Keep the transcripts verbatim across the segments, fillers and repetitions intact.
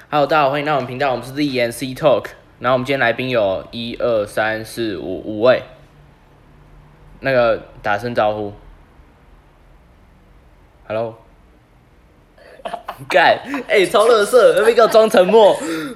Hello，大家好，欢迎来到我们频道，我们是 Z N C Talk。然后我们今天来宾有一二三四五五位，那个打声招呼。Hello。干，哎、欸，超乐色，那边给我装沉默。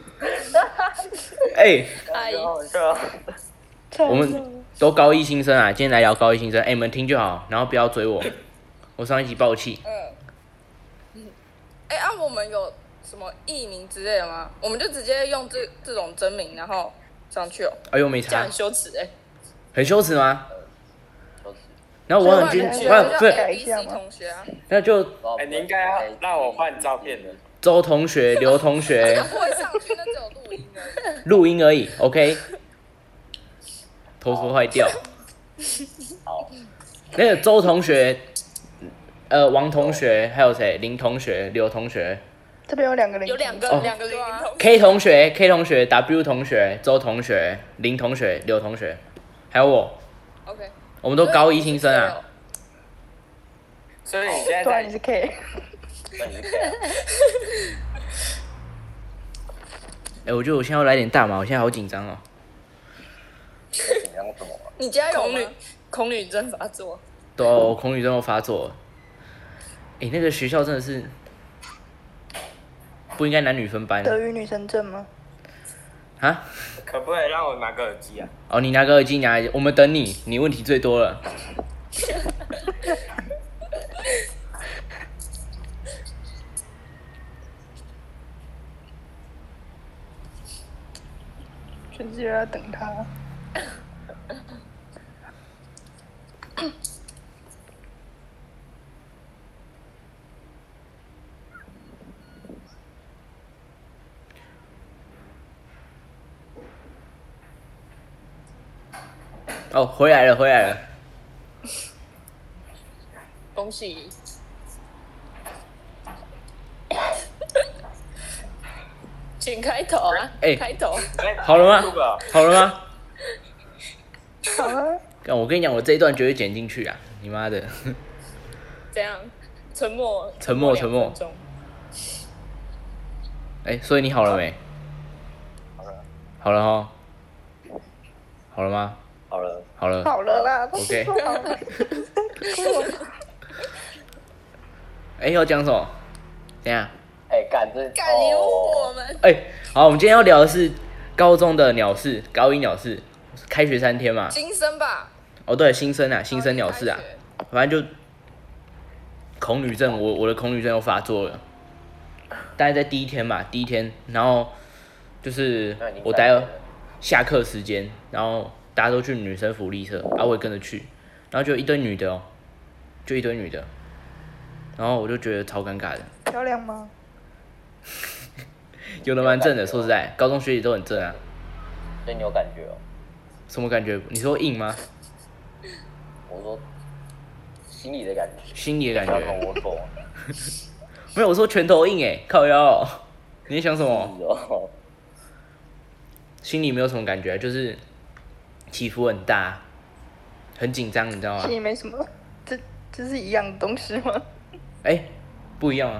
哎、 欸， 我们都高一新生啊，今天来聊高一新生，哎、欸，你们听就好，然后不要追我，我上一集爆气。 嗯。哎、欸，啊，我们有什么艺名之类的吗？我们就直接用这这种真名，然后上去哦。 哎呦，没差。 这样很羞耻哎、欸。 很羞耻吗？ 羞耻。 然后我很军， 不不是 A B C 同学啊。 那就哎、欸，你应该要让我换照片的。 周同学、刘同学。 不会上去，那只有录音而已。 录音而已 ，OK。头壳坏掉。 好。 那个周同学，呃，王同学，还有谁？林同学、刘同学。 这边有两个林， 有两个两个林同学。 K 同学、K 同学、W 同学、周同学、林同学、刘同学，还有我。 OK。 我们都高一新生啊。 所以你现在对啊， 在你是 K。 对，你是 K 啊。 哎、欸，我觉得我现在要来点大麻，我现在好紧张哦。 紧张什么？ 你家有吗？恐女症发作。 对、哦，我恐女症都发作了。哎、欸，那个学校真的是不应该男女分班。 德语女生症吗？ 啊？ 可不可以让我拿个耳机啊？ 哦，你拿个耳机，拿，我们等你，你问题最多了。 全世界在等他。 哦，回来了，回来了。 恭喜。请开头啊！哎、欸，开头。 好了吗？好了吗？ 好了。 我跟你讲，我这一段绝对剪进去啊！你妈的。 怎样？沉默。 沉默，沉默。哎、欸，所以你好了没？ 好了。 好了哈。好了吗？ 好了。 好了。 好了啦。 OK。哎、欸，要讲什么？怎样？ 哎、欸，干这干你我们。 哎、欸，好，我们今天要聊的是高中的鸟事，高一鸟事，开学三天嘛。 新生吧。 哦，对，新生啊，新生鸟事啊，反正就恐女症，我我的恐女症又发作了，大概在第一天嘛，第一天，然后就是我待了下课时间，然后大家都去女生福利社，啊，我也跟着去，然后就一堆女的哦，就一堆女的，然后我就觉得超尴尬的。 漂亮吗？ 有的蛮正的，说实在，高中学姐都很正啊。 所以你有感觉哦？ 什么感觉？你说硬吗？ 我说心里的感觉。 心里的感觉。 我错。 没有，我说拳头硬哎，靠腰、喔。你在想什么？ 哦、 心里没有什么感觉，就是起伏很大，很紧张，你知道吗？ 心里没什么，这这是一样的东西吗？ 哎、欸，不一样啊。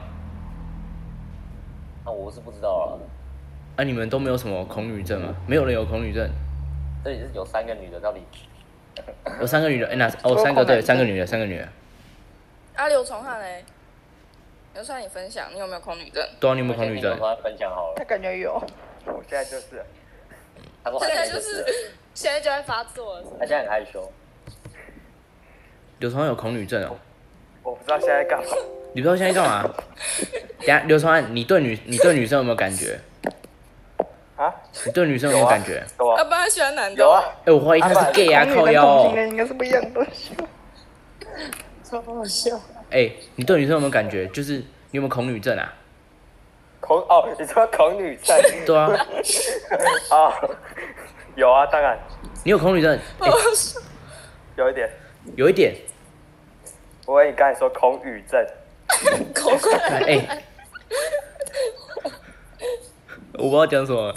啊，我是不知道了。 啊，你们都没有什么恐女症吗？没有人有恐女症。 这里是有三个女的，到底？ 有三个女的，哎、欸，那哦，三个对，三个女的，三个女的。 啊，刘崇汉嘞，刘崇汉，你分享，你有没有恐女症？ 对啊，你有没有恐女症？ 刘崇汉分享好了。 他感觉有。 我现在就是。他说现在就是，现在就在发作了。 他现在很害羞。 刘崇汉有恐女症哦。 我不知道现在干嘛。 你不知道现在干嘛？等下，刘崇汉，你对女，你对女生有没有感觉？ 啊？ 你对女生有没有感觉？ 有啊。 要不然喜欢男的。 有啊。 哎、欸，我怀疑他是 gay 啊，靠腰哦。 同性恋应该是不一样的东西。超好笑。 哎、欸，你对女生有没有感觉？就是你有没有恐女症啊？ 恐哦，你说恐女症？ 对啊。 啊，有啊，当然。 你有恐女症？欸、 有一点。 有一点。 我跟你刚才说恐语症。 恐语。 哎。我不知道讲什么。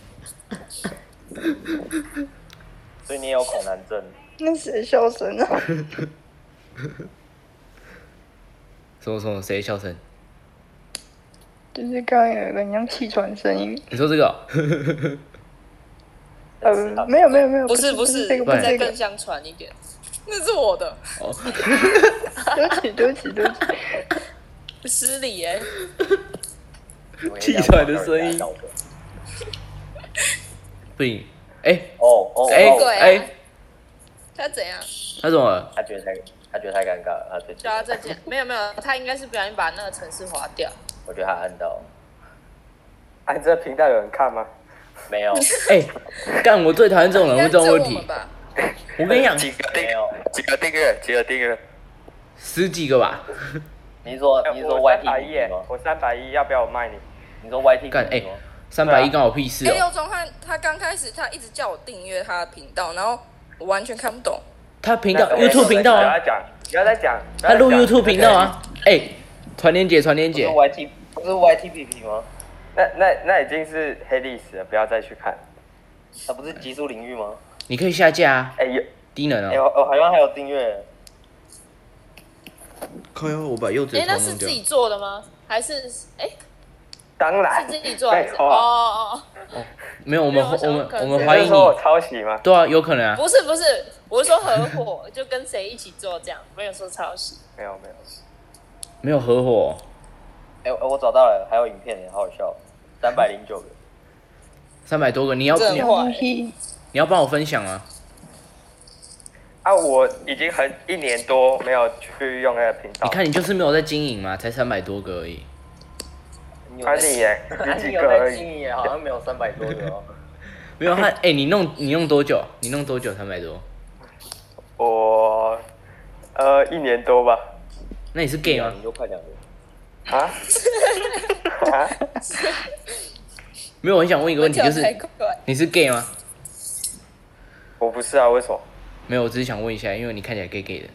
所以你也有恐男症？ 那谁笑声啊？ 什么什么谁笑声？ 就就是刚刚有一个很像气喘声音。 你说这个、哦？ 呃，没有没有没有， 不是不是是， 这个，不是这个再更。像传一点，那是我的， 哦， 对不起对不起对不起。 失礼耶。 气喘的声音。不行，哎、 哦哦哎哦， 鬼啊哎， 他怎样？ 他怎么了？ 他觉得太他觉得太尴尬了，他最近叫他再见。没有没有，他应该是不小心把那个程式划掉。 我觉得他按到啊，你这个频道有人看吗？ 没有哎、干！我最讨厌这种人应该问这种问题只有我们。吧？ 我跟你讲， 几个订没有， 几个订阅，几个订阅？ 十几个吧。 你是说你是说 Y 三 T 百一耶吗？ 我三百一，要不要我卖你？ 你说 Y T 干哎吗？ 三百一刚好屁事哎， 哦、 刘宗翰他刚开始他一直叫我订阅他的频道，然后我完全看不懂。 他频道那 YouTube 频道啊， 不要再讲，不要再讲。 他录 YouTube 频道啊。哎、传连姐，传连姐不是。Y T 不是 Y T P P 吗？ 那那那已经是黑历史了，不要再去看。 它不是极速领域吗？ 你可以下架啊， 哎有低能哎、 哦、 我我好像还有订阅。 靠哟，我把柚子哎，那头弄掉。 是自己做的吗？还是哎当然是自己做还是？哦废话哦哦， 没有，我们没有我我们想可能我们怀疑你是说我你。 抄袭吗？ 对啊，有可能啊。 不是不是，我是说合伙，就跟谁一起做这样，没有说抄袭。 没有没有。 没有合伙、 哎、我找到了，还有影片，好好笑，三百零九个。 三百多个，你要你真坏你要帮我分享啊。 啊，我已经很一年多没有去用那个频道。 你看你就是没有在经营嘛，才三百多个而已。 你有啊你耶， 你你几有个而已。 在经营耶，好像没有三百多个哦。 没有他，哎、你弄你弄多久？你弄多久？三百多？ 我呃一年多吧。 那你是 gay 吗？ 你就快两个。 啊？啊？ 没有，我很想问一个问题，就是太快你是 gay 吗？ 我不是啊，为什么？ 没有，我只是想问一下，因为你看起来 gay gay 的。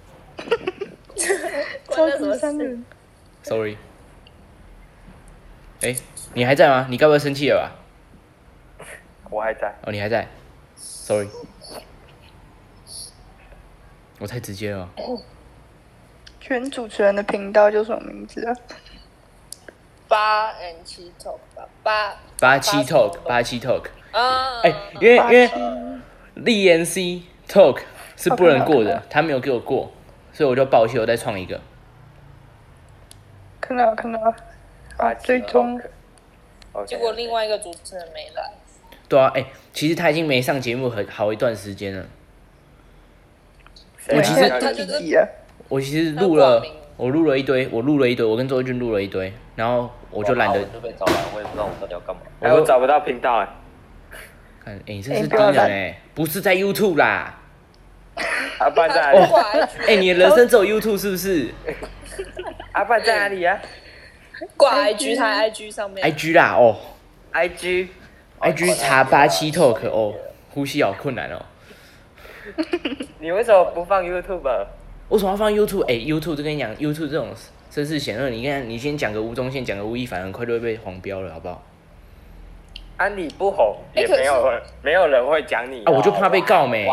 超级三人。 Sorry。哎、你还在吗？你该不会生气了吧？ 我还在。 哦，你还在。Sorry。我太直接了。 全主持人的频道叫什么名字啊？ 八 and 七 talk 吧，八八七 talk， 八七 talk。 啊， 哎、因为因为八七立言 C talk 是不能过的，他没有给我过，所以我就抱歉，我再创一个。 看到了看到了。好，追踪。 OK。 结果另外一个主持人没来。 对啊，哎、其实他已经没上节目很好一段时间了。 谁我其实要他就是几啊？ 我其实录了，我录了一堆，我录了一堆，我跟周俊录了一堆，然后我就懒得我就被找来，我也不知道我到底要干嘛。 哎，我找不到频道哎。 看，哎、你这是低哎不要懒能哎、不是在 YouTube 啦。 阿爸在哪哦里？ 挂 I G， 哎、你的人生只有 YouTube 是不是阿爸在哪里啊挂 I G，他 I G 上面。 ？I G 啦，哦 ？I G。 ，I G 查八七 talk 哦，呼吸好困难哦。 你为什么不放 YouTube？ 为什么要放 YouTube？ 哎、y o u t u b e 就跟你讲，YouTube 这种声势显赫，你看你先讲个吴宗宪，讲个吴亦凡，很快就会被黄标了，好不好？ 啊，你不红， 哎可是也没有人没有人会讲你啊，我就怕被告没。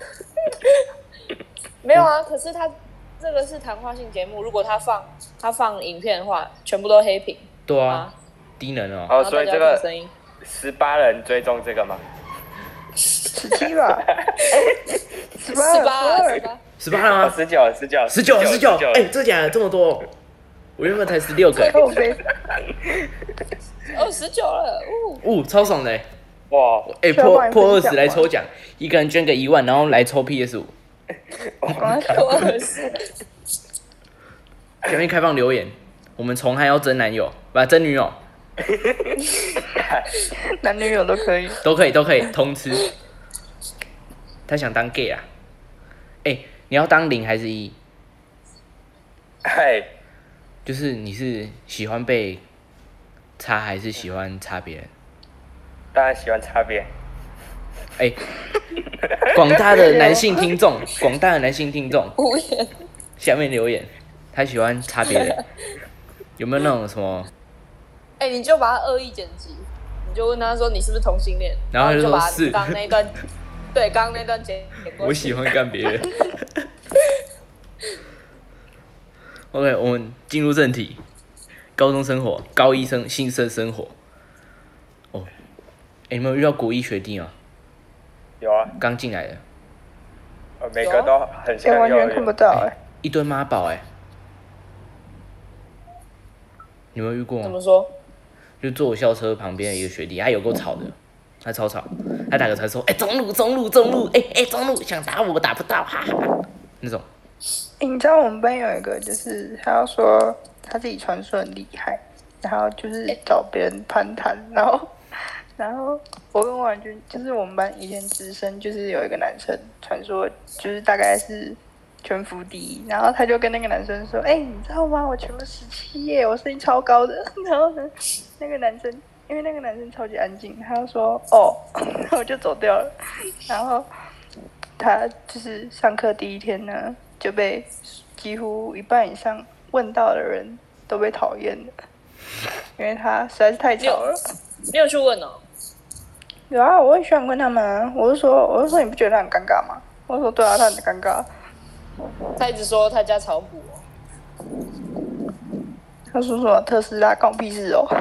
没有啊，可是他这个是谈话性节目，如果他放他放影片的话，全部都黑屏对啊啊，， 低能哦。 哦， 然后大家所以这个听声音。 十八人追踪这个吗？ 十七吧。十八十八了， 十八， 哦， 十八了吗？ 十九，十九， 十九，十九。哎，这假的这么多？我原本才十六个。 后背。 哦，十九了，呜， 呜，超爽的欸。 哇， 哎、 需要帮你破破二分享吗十来抽奖，一个人捐个一万，然后来抽 P S 五。 我二十， 下面开放留言，我们从还要真男友，不真女友， 男女友都可以。 都可以都可以通吃。他想当 gay 啊？哎、你要当零还是一？ 嘿， 就是你是喜欢被插还是喜欢插别人？ 当然喜欢擦边。 哎、广大的男性听众，广大的男性听众， 无言。 下面留言，他喜欢插别人，有没有那种什么？ 哎、你就把他恶意剪辑，你就问他说你是不是同性恋， 然后他就你就把说是刚刚那一段，对，刚刚那段剪剪过去。 我喜欢干别人。OK，我们进入正题。 高中生活，高一生新生生活。哦，哎、欸，你们有遇到国一学弟吗？ 有啊， 刚进来的。 呃，每个都很像完幼儿园全看不到哎、欸。 一堆妈宝哎。你们有遇过吗？ 怎么说？ 就坐我校车旁边的一个学弟，他有够吵的，他超吵，他打个传说，哎、欸，中路中路中路，哎、欸、哎、欸、中路想打我打不到，哈哈，那种。 欸、你知道我们班有一个，就是他要说他自己传说很厉害，然后就是找别人攀谈，然后然后我跟婉君，就是我们班以前直升，就是有一个男生传说，就是大概是全服第一，然后他就跟那个男生说，哎、欸，你知道吗？我全部十七耶，我声音超高的。然后呢，那个男生因为那个男生超级安静，他就说哦，然后我就走掉了。然后他就是上课第一天呢，就被几乎一半以上问到的人都被讨厌了，因为他实在是太吵了。 你有去问哦？ 有啊，我很喜欢问他们啊。我就说，我就说你不觉得他很尴尬吗？我说对啊，他很尴尬。 他一直说他家炒股哦。 他说什么特斯拉关我屁事哦。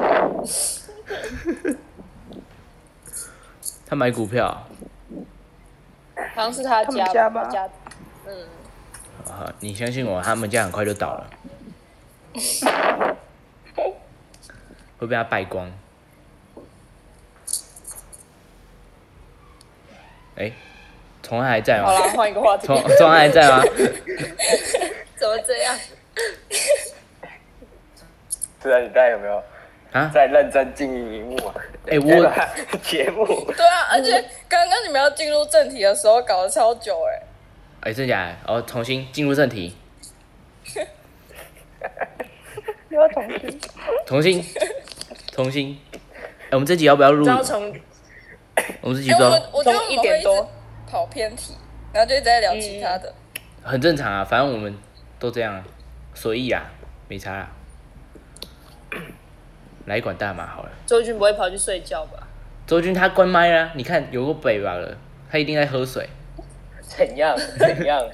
他买股票。 好像是他家他们家吧。 家嗯。 啊，你相信我，他们家很快就倒了，会被他败光。哎、欸，崇安还在吗？ 好啦，换一个话题。 崇崇安还在吗？ 怎么这样？ 不知道你大家有没有啊？ 在认真经营荧幕啊？ 哎、欸，我节目。 对啊，而且刚刚你们要进入正题的时候搞得超久哎、欸。 哎、欸，真假的？哦，重新进入正题。 又要重新。 重新，重新。哎、欸，我们这集要不要录？ 从我们这集不知道。 欸、我我觉得我们会一直跑偏题，然后就一直在聊其他的。 很正常啊，反正我们都这样啊，随意啊，没差啦。来一管大麻好了。 周军不会跑去睡觉吧？ 周军他关麦啦，你看有个北吧了，他一定在喝水。 怎样？怎样？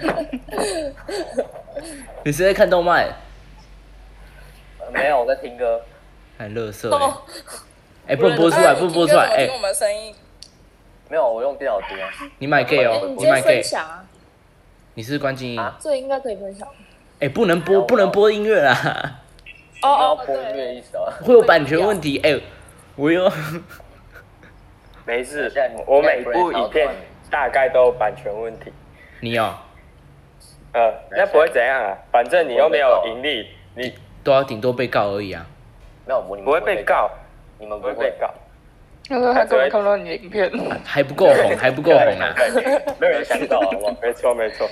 你是在看动漫？ 没有，我在听歌。 很垃圾哎、欸！哎、欸，不能播出来，不能播出来！哎、 欸，我们声音。 没有，我用电脑听啊。 你买 gay 哦、 欸， 你买 gay。 啊、 你是关静音？ 啊， 这应该可以分享。 哎、欸，不能播，不能播音乐啦。 哦哦，播音乐意思啊。 会有版权问题。哎、欸，我有。 没事，我每部影片大概都有版权问题。 你有？ 呃，那不会怎样啊，反正你又没有盈利，你都要顶多被告而已啊。 没有，你不会被告， 你们不会被告。 他说他根本看不到你的影片， 还不够红，还不够红啊！ 没有想到啊， 没错没错。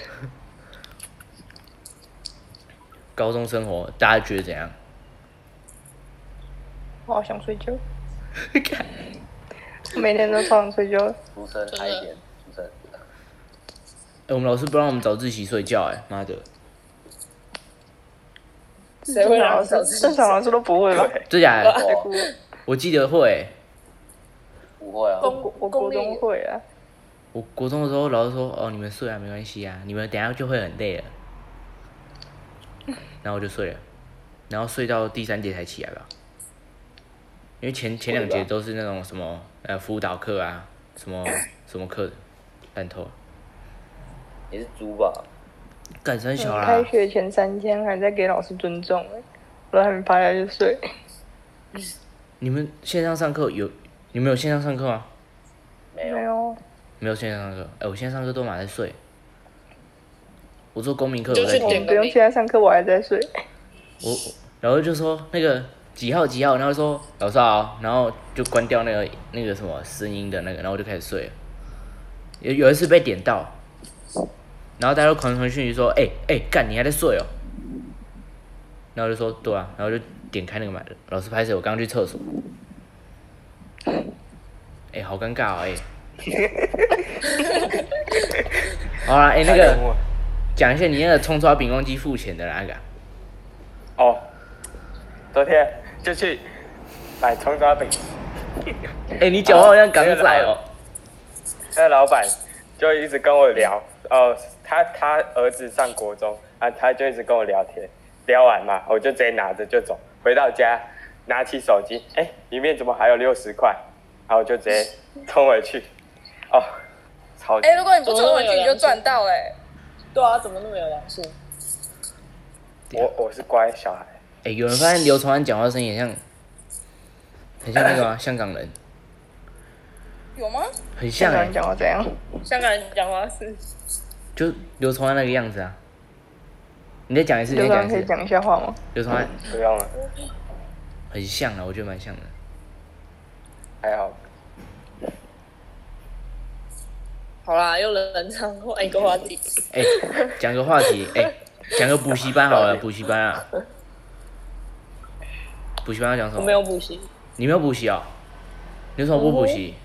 高中生活，大家觉得怎样？ 我好想睡觉。我每天都超想睡觉。 出声嗨一点，出声。 哎、欸，我们老师不让我们早自习睡觉、欸，哎，妈的！ 谁会让早自习？ 正常老师都不会吧？ 真假的？我记得会、欸。 不会啊。 我我国中会啊。 我国中的时候，老师说：“哦，你们睡啊，没关系啊，你们等一下就会很累了。”然后我就睡了，然后睡到第三节才起来吧。因为前前两节都是那种什么呃辅导课啊，什么什么课，烂透了。 你是猪吧？ 干三小啦、 开学前三天还在给老师尊重哎，我还没趴下就睡。 你们线上上课有？你们有线上上课吗？ 没有。 没有。 没有线上上课，哎、欸，我线上上课都马在睡。我做公民课， 我在听。 不用线上上课，我还在睡。 我然后就说那个几号几号，然后说老师好，然后就关掉那个那个什么声音的那个，然后我就开始睡了。有有一次被点到，然后大家都狂传讯息说，哎、欸、哎，干、欸、你还在睡哦？然后我就说对啊，然后就点开那个麦，老师拍摄，我刚刚去厕所。哎、欸，好尴尬哦，哎、欸。好啦，哎、欸，那个讲一下你那个葱抓饼忘记付钱的那个。 哦，昨天就去买葱抓饼。 哎、欸，你讲话好像港仔哦。 那个老板就一直跟我聊，哦，他他儿子上国中啊，他就一直跟我聊天，聊完嘛，我就直接拿着就走， 回到家拿起手机，哎、欸，里面怎么还有六十块？然后就直接冲回去，哦，超级。 哎、欸，如果你不冲回去，你就赚到嘞、欸。 对啊，怎么那么有良心？ 我我是乖小孩。 哎、欸，有人发现刘崇安讲话声音很像，很像那个、啊、香港人。 有吗？ 很像哎、欸。 香港人讲话怎样？ 香港人讲话是。 就刘崇安那个样子啊。你再讲一次，你再讲一次。 可以讲一下话吗？ 刘崇安。 不用了。 很像啊，我觉得蛮像的。 还好。 好啦，又冷场换一个话题。 哎、欸，讲个话题，哎、欸，讲个补习班好了，补习班啊。补习班要讲什么？ 我没有补习。 你没有补习啊？你为什么不补习？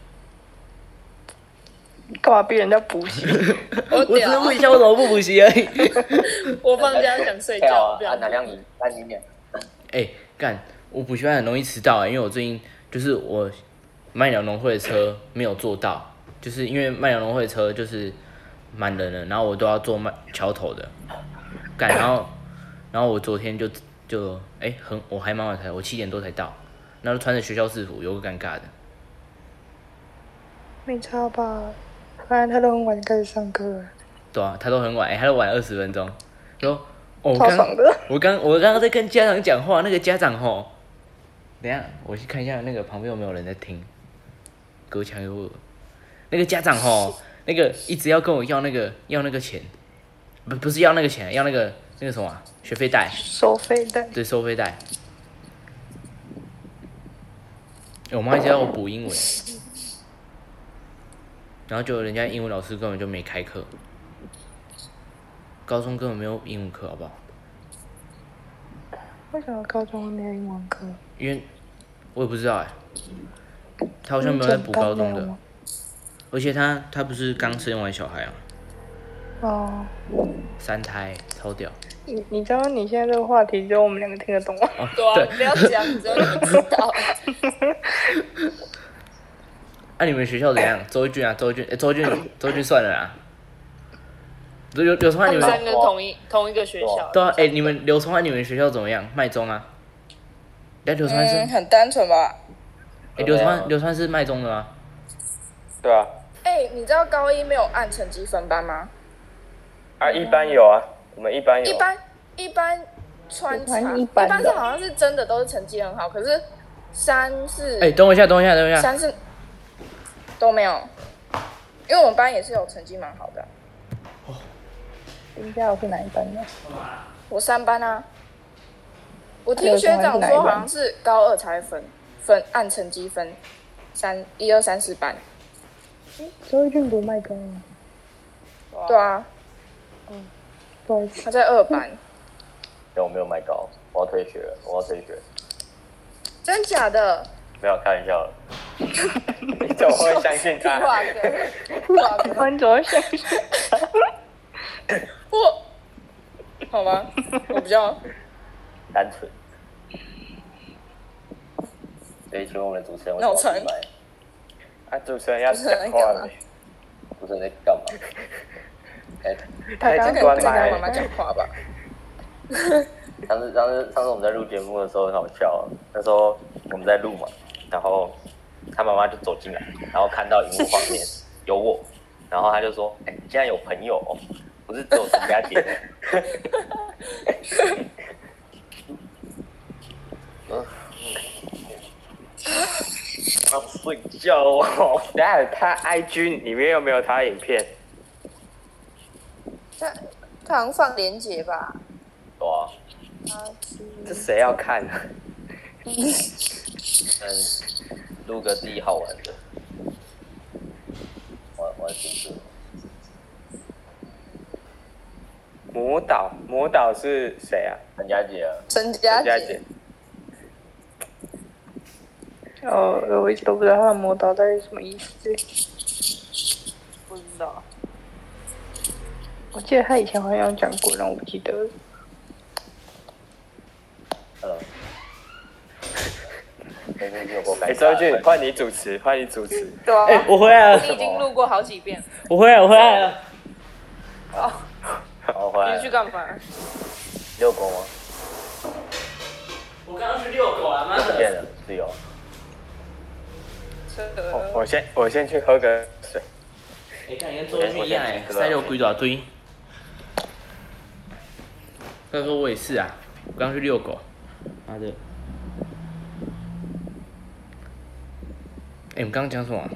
干嘛逼人家补习？ 我我只是问一下，为什么不补习而已。 我放假想睡觉，不啊， 要。 哪两你？那你俩？ 哎，干！我补习班很容易迟到、欸，因为我最近就是我麦鸟农会的车没有坐到，就是因为麦鸟农会的车就是满人了，然后我都要坐麦桥头的，干，然后然后我昨天就就哎、欸、很我还蛮晚才，我七点多才到，然后穿着学校制服，有个尴尬的。 没差吧？反正他都很晚开始上课了。 对啊，他都很晚，哎、欸，他都晚二十分钟。说，哦，我超刚爽的。 我刚我刚刚在跟家长讲话，那个家长吼，等一下我去看一下那个旁边有没有人在听，隔墙有耳。那个家长吼，那个一直要跟我要那个要那个钱，不不是要那个钱，要那个那个什么、啊、学费袋。 收费袋。 对，收费袋。欸、我妈一直要我补英文。然后就人家英文老师根本就没开课，高中根本没有英文课，好不好？ 为什么高中没有英文课？ 因为我也不知道哎、欸，他好像没有在补高中的，而且他他不是刚生完小孩啊， 哦， 三胎超屌。 你你知道你现在这个话题只有我们两个听得懂吗？ 哦、 对啊，不要讲，只有你们知道。 那、啊、你们学校怎样？周俊啊，周俊，欸、周俊，周俊算了啦。刘刘崇汉，你们三个同一同一个学校。 对啊，哎、欸，你们刘崇汉，你们学校怎么样？麦中啊？哎，刘崇汉是、 嗯、很单纯吧？ 哎、欸，刘崇汉，刘崇汉是麦中的吗？ 对啊。 哎、欸，你知道高一没有按成绩分班吗？ 啊，一般有啊，我们一般有。 一般一般穿插， 一般是好像是真的都是成绩很好，可是三是哎、欸，等我一下，等我一下，等我一下。 三是都没有，因为我们班也是有成绩蛮好的。 哦。林家豪是哪一班的？ 我三班啊。我听学长说好像是高二才分分按成绩分，三一二三四班。 周俊读麦高吗？ 对啊。 嗯。不好意思。 他在二班。 有没有麦高？我要退学了，我要退学。 真假的？ 没有开玩笑了。 你怎么会相信他？ 哇哥，哇你怎么会相信他？ 我，好吧，我比较单纯。所以请问我们的主持人为什么不来？ 啊，主持人要讲话了。 主持人在干嘛？哎， 他刚刚跟他妈妈讲话吧。 上次上次上次我们在录节目的时候很好笑、啊，那时候我们在录嘛，然后他妈妈就走进来，然后看到荧幕画面有我，然后他就说：“哎、欸，竟然有朋友哦，不是只有陈家姐。”嗯，要睡觉哦。 等下他 I G 里面有没有他的影片？ 他他好像放连结吧。 有啊。 这谁要看啊？ 嗯，录个自己好玩的。我我听魔导，魔导是谁啊？ 陈家姐啊。 陈家姐。 哦，我一直都不知道他的魔导到底是什么意思。 不知道。 我记得他以前好像有讲过，但我不记得了。 嗯。 哎，周俊，换你主持，换你主持。 对啊。 哎、欸，我回来了。 你已经录过好几遍。 我回来，我回来了。 哦。 好，回来。 你去干嘛？ 遛狗吗？ 我刚刚去遛狗啊，妈不见的！ 了，是有。 我我先我先去喝个水。 哎，看你跟周俊一样哎，塞了几大堆。他说我也是啊，我刚去遛狗，妈的。哎，我们刚刚讲什么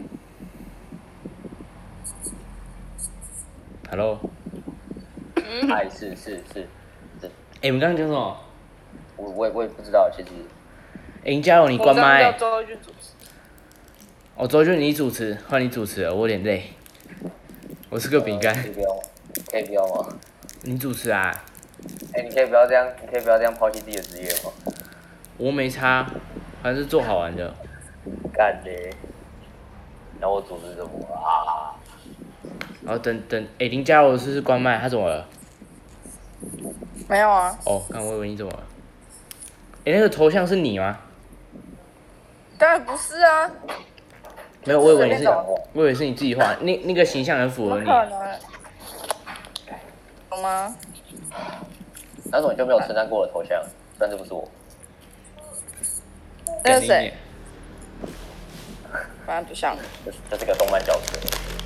？Hello。 嗯，哎，是是是是。 哎，我们刚刚讲什么？ 我我也我也不知道，其实。 哎，加油，你关麦。 我周俊主持。 哦，周俊你主持，换你主持了，我有点累。我是个饼干。 可以不要吗？可以不要吗？ 你主持啊？ 哎、欸，你可以不要这样，你可以不要这样抛弃自己的职业吗？ 我没差，还是做好玩的。 干嘞！然后我主持什么啊？ 然后等等，哎、欸，林佳柔是不是关麦？他怎么了？ 没有啊。 哦，刚我以为你怎么了？哎、欸，那个头像是你吗？ 当然不是啊。 没有，我以为你是，我以为是你自己画，那那个形象很符合你。 懂吗？ 那种就没有称赞过我的头像，但这不是我。 那是谁？反正不像。 这这是个动漫角色。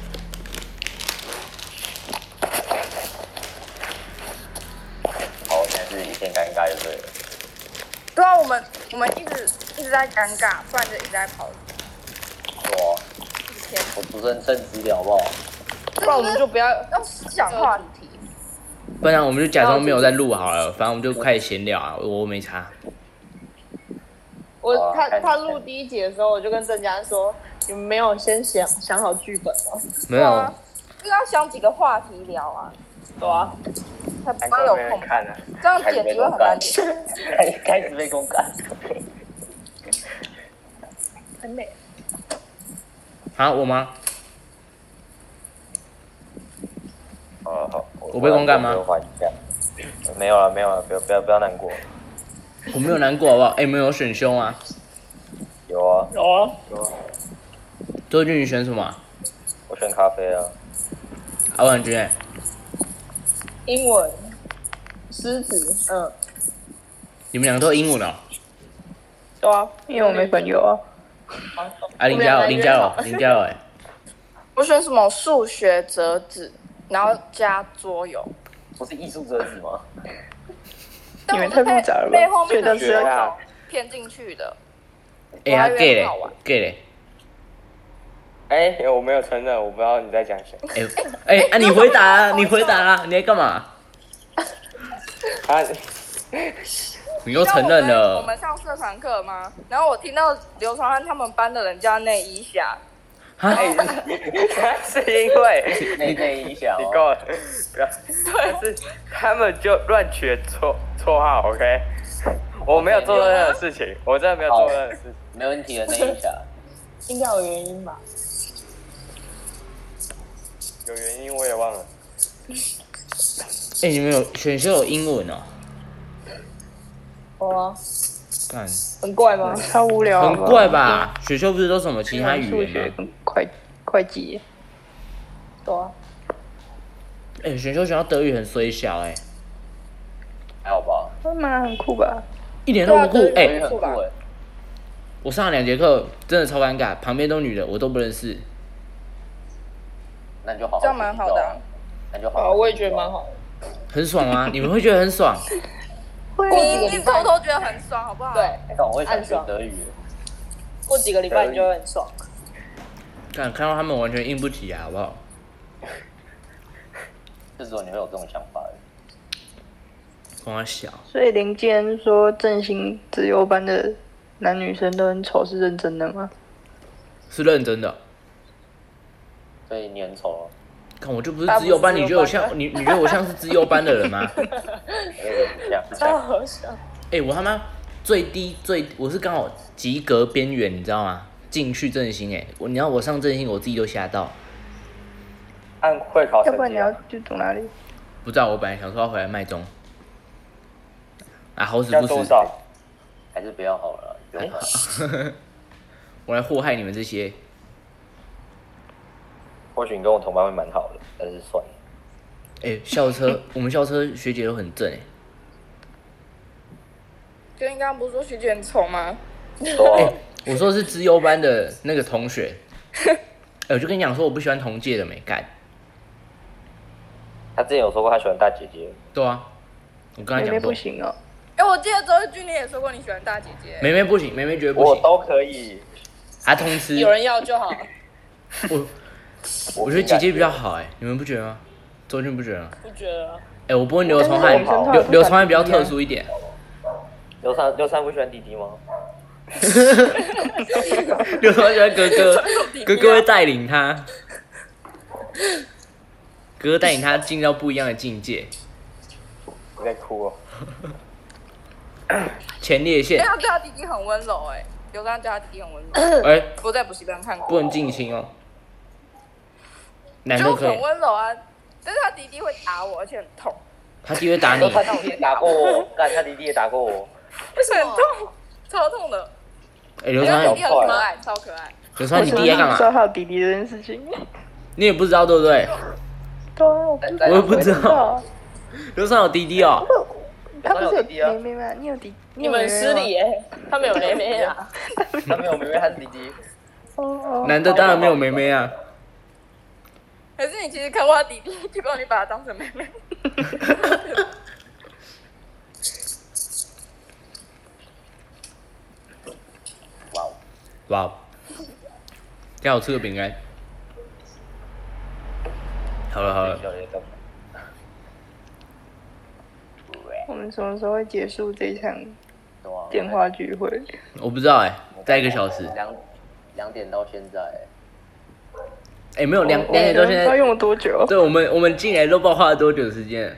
好，现在是一片尴尬就对了。 对啊，我们我们一直一直在尴尬，不然就一直在跑。 哇！我主持人称职点好不好？ 不然我们就不要要讲话题。 不然我们就假装没有在录好了，反正我们就开始闲聊啊，我没差。 我他他录第一集的时候，我就跟郑佳说，你们没有先想想好剧本吗？ 没有。 就要想几个话题聊啊。 对啊。 才不会有空看啊。 这样剪辑会很难剪。 开开始被公干。 很美。 啊，我吗？ 哦好， 我被公干吗？ 没有了，没有了，不要不要不要难过。 我没有难过好不好？哎、欸，没有选修啊？ 有啊。 有啊。 有啊。 周俊，你选什么、啊？ 我选咖啡啊。 阿婉君、欸。 英文。狮子，嗯。 你们两个都英文哦？ 对啊， 因为我没朋友啊。 啊，林佳柔，林佳柔，林佳柔，哎。 我选什么数学折纸，然后加桌游。 不是艺术折纸吗？ 你们太复杂了吧？ 背后面的学啊，骗进去的。 哎呀，gay 嘞，gay 嘞。 哎，我没有承认，我不知道你在讲谁。 哎哎，啊，你回答啊，你回答啊，你在干嘛？ 啊， 你又承认了。 我们上社团课吗？然后我听到刘传汉他们班的人叫内衣侠。 啊？ 是因为内内衣侠。 你够了，不要。但是他们就乱取绰绰号 ，OK？ 我没有做任何事情，我真的没有做任何事情。 没问题的，内衣侠。 应该有原因吧？ 有原因我也忘了。 哎、欸，你们有选修有英文哦？ 有啊。 干。 很怪吗？ 超无聊。 很怪吧？选修不是都什么其他语言吗？ 数学跟会会计。 对啊。 哎、欸，选修学到德语很衰小哎、欸。 还好吧？ 会吗？很酷吧？ 一点都不酷哎、 欸。很酷哎。 我上了两节课，真的超尴尬，旁边都女的，我都不认识。 那就好好。 这样蛮好的、啊。 那就好。 啊，我也觉得蛮好的。 很爽啊！你们会觉得很爽？ 你你偷偷觉得很爽，好不好？ 对， 但我会想学德语。 过几个礼拜你就会很爽。 看看到他们完全硬不起啊，好不好？ 这时候你会有这种想法的。 跟我小。 所以林坚说振兴自由班的男女生都很丑，是认真的吗？ 是认真的。 所以你很丑哦。 看我就不是资优班，你觉得我像你？你觉得我像是资优班的人吗？ 超好笑。 哎、欸，我他妈最低最，我是刚好及格边缘，你知道吗？进去振兴哎、欸，我你要我上振兴，我自己都吓到。 按会考成绩、啊。 要不然你要去读哪里？ 不知道，我本来想说要回来麦中。啊，好死不死。 要多少？ 还是不要好了，不用了。 我来祸害你们这些。 或许你跟我同班会蛮好的，但是算了。 哎、欸，校车，我们校车学姐都很正哎、欸。 就你刚刚不是说学姐很丑吗？ 哎、我说是资优班的那个同学，哎、我就跟你讲说我不喜欢同届的没干。 他之前有说过他喜欢大姐姐。 对啊，我跟他妹妹讲过。 不行哦。 哎、我记得周日君你也说过你喜欢大姐姐。 妹妹不行，妹妹觉得不行。 我都可以。 他通吃。 有人要就好。 我我觉得姐姐比较好哎、你们不觉得吗？周俊不觉得吗？ 不觉得。 哎、我不问刘崇汉，刘刘崇汉比较特殊一点。 刘三刘三不喜欢弟弟吗？ 刘崇汉喜欢哥哥，哥哥会带领他，哥哥带领他进到不一样的境界。 我在哭哦。 前列腺哎、。他对他弟弟很温柔哎、刘刚对他弟弟很温柔。 哎、 我在补习班看过。 不能近亲哦。男的就很可以， 温柔啊，但是他弟弟会打我，而且很痛。 他弟会打你。 他弟弟也打过我，干他弟弟也打过我。 为什么？很痛，超痛的。 哎、刘因为崇汉弟弟很可爱，超可爱。 刘崇汉，你弟在干我不知道嘛？ 他有弟弟这件事情。 你也不知道对不对？ 对啊，我不知道。 我也不知道。 道。 刘崇汉有弟弟哦。 他不是有弟弟啊妹妹吗？你有弟？ 你们失礼耶，他们有妹妹啊。 他没有妹妹，他是弟弟。 哦哦。 男的当然没有妹妹啊。 可是你其实看过他弟弟，结果你把他当成妹妹。 哇哦！ 哇哦！刚好吃个饼干。好了好了， 我们什么时候会结束这一场电话聚会？ 我不知道哎、再一个小时。 两两点到现在。 哎、没有两两我点到现在。 们要用了多久？ 对，我们我们进来都不知道花了多久时间。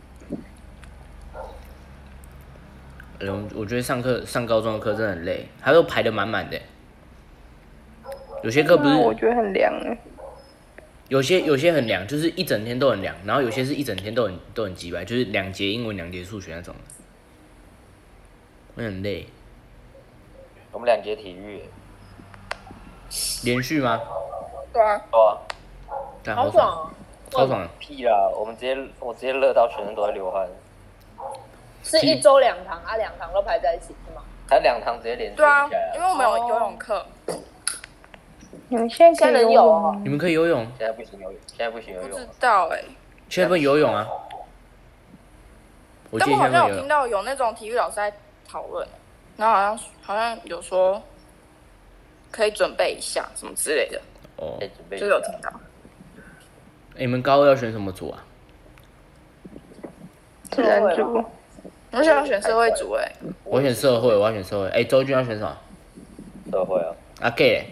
哎我我觉得上课上高中的课真的很累，他都排的满满的。有些课不是， 我觉得很凉哎。 有些有些很凉，就是一整天都很凉，然后有些是一整天都很都很鸡掰，就是两节英文两节数学那种的，会很累。 我们两节体育。 连续吗？ 对啊。 哦。 干好爽哦！ 超爽的。 屁啦！我们直接我直接热到全身都在流汗。 是一周两堂啊，两堂都排在一起是吗？ 还两堂直接连续对啊起来， 因为我们有游泳课。 你们现在可以游泳吗？ 你们可以游泳？ 现在不行游泳，现在不行游不知泳。 道哎、 现在不能游泳啊？我记但我好得现在不能游泳。 像有听到有那种体育老师在讨论，然后好像好像有说可以准备一下什么之类的， 哦， 可以准备一下就有听到。 欸你们高二要选什么组啊？ 自然组。 我想要选社会组哎、 我选社会，我要选社会。哎、周军要选什么？ 社会啊。 啊 gay。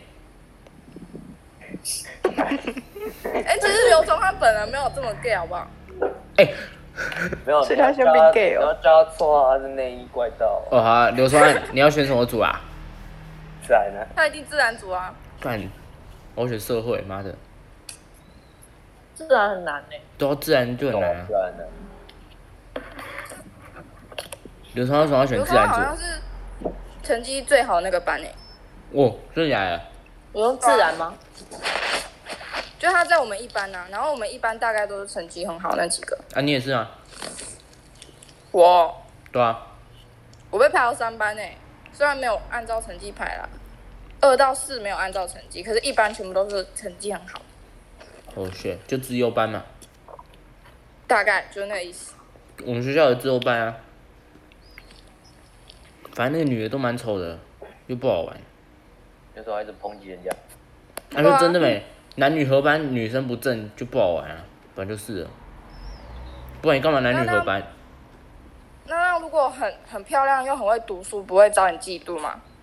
哎、其实刘崇他本人没有这么 gay 好不好？ 哎、 没有， 所以他先变 gay 哦然后叫他错啊，他是内衣怪盗。 哦好、啊，刘双汉，你要选什么组啊？ 自然呢？ 他一定自然组啊。 干，我要选社会，妈的， 自然很难哎。 都要自然就很难啊自。然的。 刘双汉为什么要选刘崇自然组？ 好像是成绩最好的那个班哎、 哇，真的假的？ 我用自然吗？ 就他在我们一班呐、啊，然后我们一班大概都是成绩很好那几个。 啊，你也是啊？ 我对啊。 我被排到三班哎、虽然没有按照成绩排啦，二到四没有按照成绩，可是一班全部都是成绩很好， 哦，选就自优班嘛。 大概就是那个意思。 我们学校有自优班啊。反正那个女的都蛮丑的，又不好玩。 有时候一直抨击人家。 啊，就真的没，男女合班，女生不正就不好玩啊，本来就是了。不然你干嘛男女合班？ 那那如果很很漂亮又很会读书，不会招你嫉妒吗？